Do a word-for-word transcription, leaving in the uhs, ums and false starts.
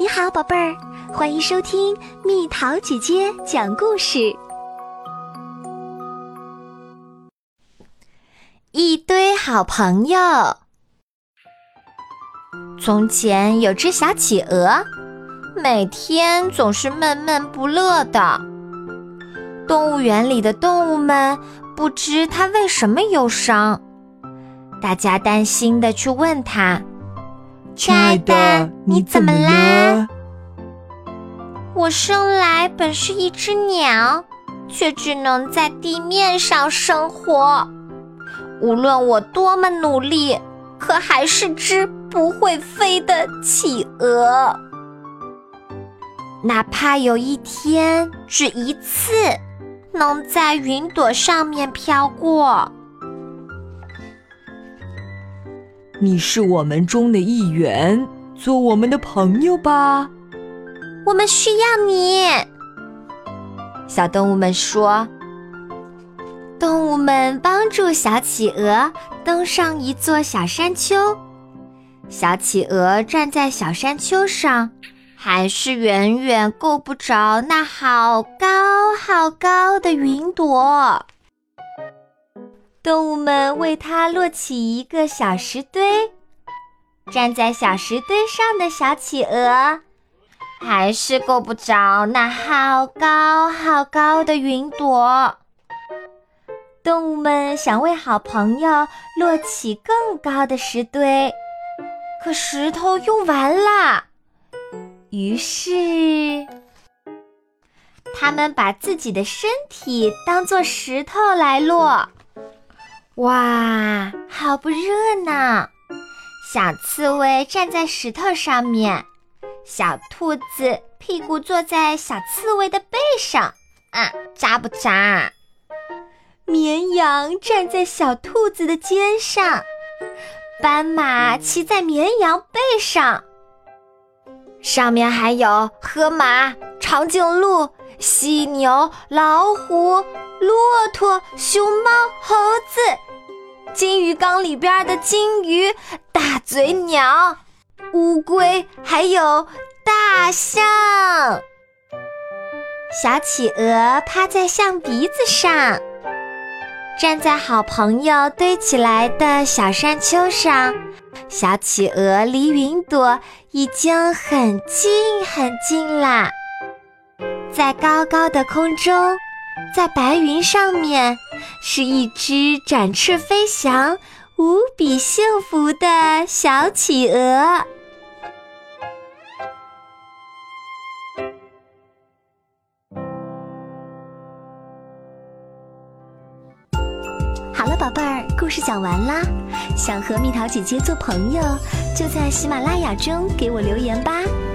好，宝贝儿，欢迎收听蜜桃姐姐讲故事。一堆好朋友。从前有只小企鹅，每天总是闷闷不乐的。动物园里的动物们不知它为什么忧伤，大家担心地去问它： 亲爱的，你怎么啦？ 我生来本是一只鸟，却只能在地面上生活。无论我多么努力，可还是只不会飞的企鹅。哪怕有一天，只一次，能在云朵上面飘过。 你是我们中的一员，做我们的朋友吧。 我们需要你。小动物们说。动物们帮助小企鹅登上一座小山丘。小企鹅站在小山丘上，还是远远够不着那好高好高的云朵。动物们为它摞起一个小石堆，站在小石堆上的小企鹅，还是够不着那好高好高的云朵。动物们想为好朋友摞起更高的石堆，可石头用完了。于是他们把自己的身体当作石头来摞。哇，好不热闹！小刺猬站在石头上面，小兔子屁股坐在小刺猬的背上，啊，扎不扎？绵羊站在小兔子的肩上，斑马骑在绵羊背上，上面还有河马、长颈鹿、犀牛、老虎、骆驼、熊猫、猴子，金鱼缸里边的金鱼、大嘴鸟、乌龟，还有大象。小企鹅趴在象鼻子上，站在好朋友堆起来的小山丘上，小企鹅离云朵已经很近很近啦。在高高的空中，在白云上面，是一只展翅飞翔、无比幸福的小企鹅。好了，宝贝儿，故事讲完啦。想和蜜桃姐姐做朋友，就在喜马拉雅中给我留言吧。